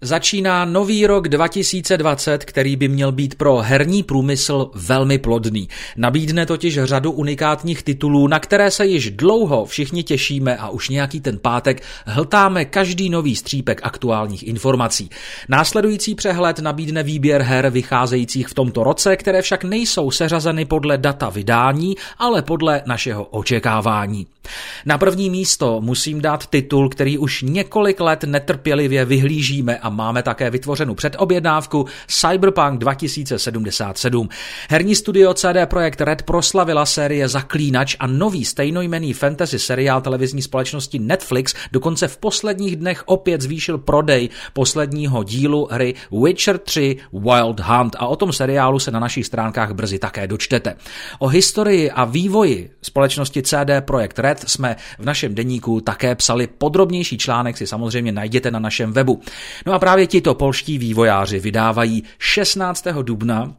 Začíná nový rok 2020, který by měl být pro herní průmysl velmi plodný. Nabídne totiž řadu unikátních titulů, na které se již dlouho všichni těšíme a už nějaký ten pátek hltáme každý nový střípek aktuálních informací. Následující přehled nabídne výběr her vycházejících v tomto roce, které však nejsou seřazeny podle data vydání, ale podle našeho očekávání. Na první místo musím dát titul, který už několik let netrpělivě vyhlížíme a máme také vytvořenou předobjednávku Cyberpunk 2077. Herní studio CD Projekt Red proslavila série Zaklínač a nový stejnojmenný fantasy seriál televizní společnosti Netflix dokonce v posledních dnech opět zvýšil prodej posledního dílu hry Witcher 3 Wild Hunt a o tom seriálu se na našich stránkách brzy také dočtete. O historii a vývoji společnosti CD Projekt Red jsme v našem deníku také psali, podrobnější článek si samozřejmě najděte na našem webu. No a právě tito polští vývojáři vydávají 16. dubna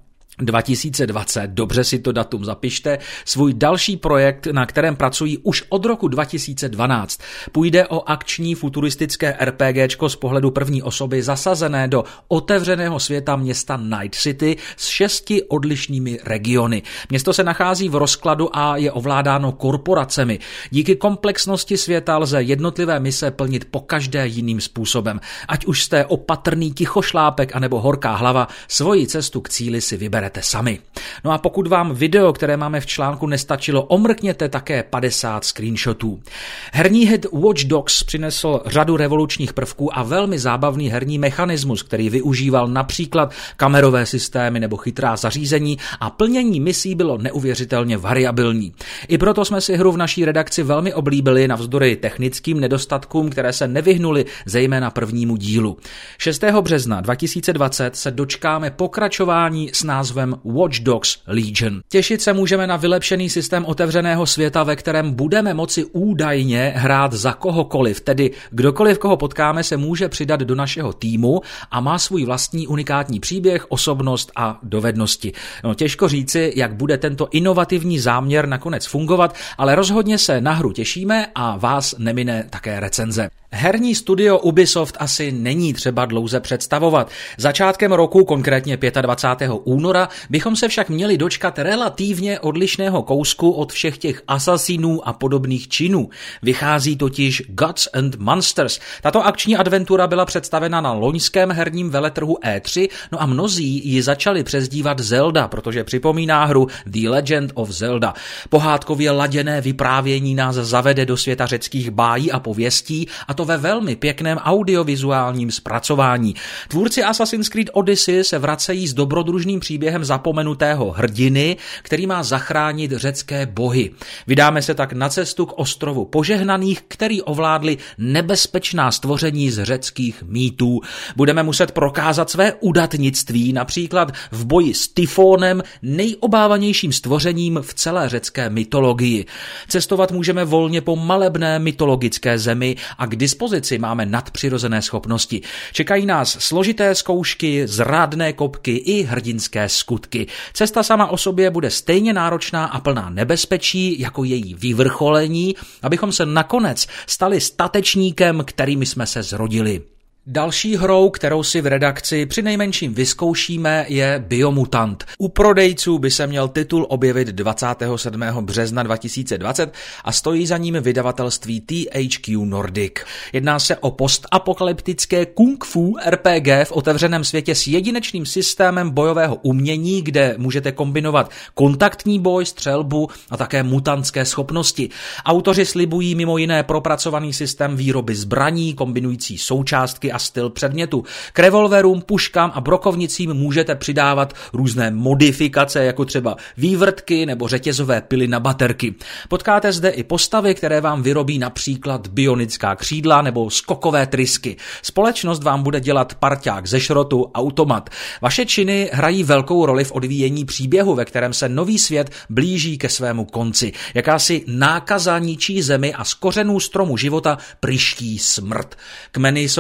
2020, dobře si to datum zapište, svůj další projekt, na kterém pracují už od roku 2012. Půjde o akční futuristické RPGčko z pohledu první osoby zasazené do otevřeného světa města Night City s 6 odlišnými regiony. Město se nachází v rozkladu a je ovládáno korporacemi. Díky komplexnosti světa lze jednotlivé mise plnit pokaždé jiným způsobem. Ať už jste opatrný tichošlápek anebo horká hlava, svoji cestu k cíli si vyberete sami. No a pokud vám video, které máme v článku, nestačilo, omrkněte také 50 screenshotů. Herní hit Watch Dogs přinesl řadu revolučních prvků a velmi zábavný herní mechanismus, který využíval například kamerové systémy nebo chytrá zařízení a plnění misí bylo neuvěřitelně variabilní. I proto jsme si hru v naší redakci velmi oblíbili navzdory technickým nedostatkům, které se nevyhnuly zejména prvnímu dílu. 6. března 2020 se dočkáme pokračování s názvem Watch Dogs Legion. Těšit se můžeme na vylepšený systém otevřeného světa, ve kterém budeme moci údajně hrát za kohokoliv, tedy kdokoliv, koho potkáme, se může přidat do našeho týmu a má svůj vlastní unikátní příběh, osobnost a dovednosti. No, těžko říci, jak bude tento inovativní záměr nakonec fungovat, ale rozhodně se na hru těšíme a vás nemine také recenze. Herní studio Ubisoft asi není třeba dlouze představovat. Začátkem roku, konkrétně 25. února, bychom se však měli dočkat relativně odlišného kousku od všech těch asasinů a podobných činů. Vychází totiž Gods and Monsters. Tato akční adventura byla představena na loňském herním veletrhu E3, no a mnozí ji začali přezdívat Zelda, protože připomíná hru The Legend of Zelda. Pohádkově laděné vyprávění nás zavede do světa řeckých bájí a pověstí, a to ve velmi pěkném audiovizuálním zpracování. Tvůrci Assassin's Creed Odyssey se vracejí s dobrodružným příběhem zapomenutého hrdiny, který má zachránit řecké bohy. Vydáme se tak na cestu k ostrovu požehnaných, který ovládli nebezpečná stvoření z řeckých mýtů. Budeme muset prokázat své udatnictví, například v boji s Tyfónem, nejobávanějším stvořením v celé řecké mytologii. Cestovat můžeme volně po malebné mytologické zemi a k dispozici máme nadpřirozené schopnosti. Čekají nás složité zkoušky, zrádné kopky i hrdinské skutky. Cesta sama o sobě bude stejně náročná a plná nebezpečí jako její vyvrcholení, abychom se nakonec stali statečníkem, kterými jsme se zrodili. Další hrou, kterou si v redakci přinejmenším vyzkoušíme, je Biomutant. U prodejců by se měl titul objevit 27. března 2020 a stojí za ním vydavatelství THQ Nordic. Jedná se o postapokalyptické kung fu RPG v otevřeném světě s jedinečným systémem bojového umění, kde můžete kombinovat kontaktní boj, střelbu a také mutantské schopnosti. Autoři slibují mimo jiné propracovaný systém výroby zbraní, kombinující součástky a styl předmětu. K revolverům, puškám a brokovnicím můžete přidávat různé modifikace, jako třeba vývrtky nebo řetězové pily na baterky. Potkáte zde i postavy, které vám vyrobí například bionická křídla nebo skokové trysky. Společnost vám bude dělat parťák ze šrotu, automat. Vaše činy hrají velkou roli v odvíjení příběhu, ve kterém se nový svět blíží ke svému konci. Jakási nákaza ničí zemi a z kořenů stromu života pryští smrt. Kmeny jsou rozděleny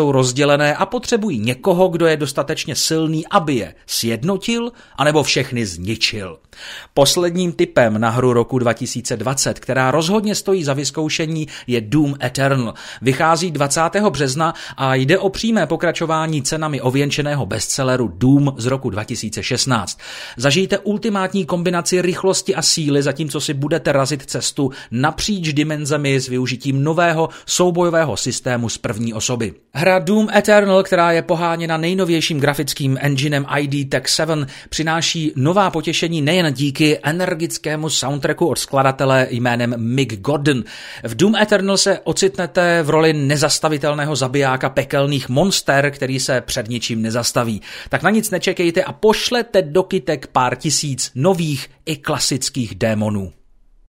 rozdělené a potřebují někoho, kdo je dostatečně silný, aby je sjednotil, anebo všechny zničil. Posledním tipem na hru roku 2020, která rozhodně stojí za vyzkoušení, je Doom Eternal. Vychází 20. března a jde o přímé pokračování cenami ověnčeného bestselleru Doom z roku 2016. Zažijte ultimátní kombinaci rychlosti a síly, zatímco si budete razit cestu napříč dimenzemi s využitím nového soubojového systému z první osoby. Hra Doom Eternal, která je poháněna nejnovějším grafickým enginem ID Tech 7, přináší nová potěšení nejen díky energickému soundtracku od skladatele jménem Mick Gordon. V Doom Eternal se ocitnete v roli nezastavitelného zabijáka pekelných monster, který se před ničím nezastaví. Tak na nic nečekejte a pošlete do kytek pár tisíc nových i klasických démonů.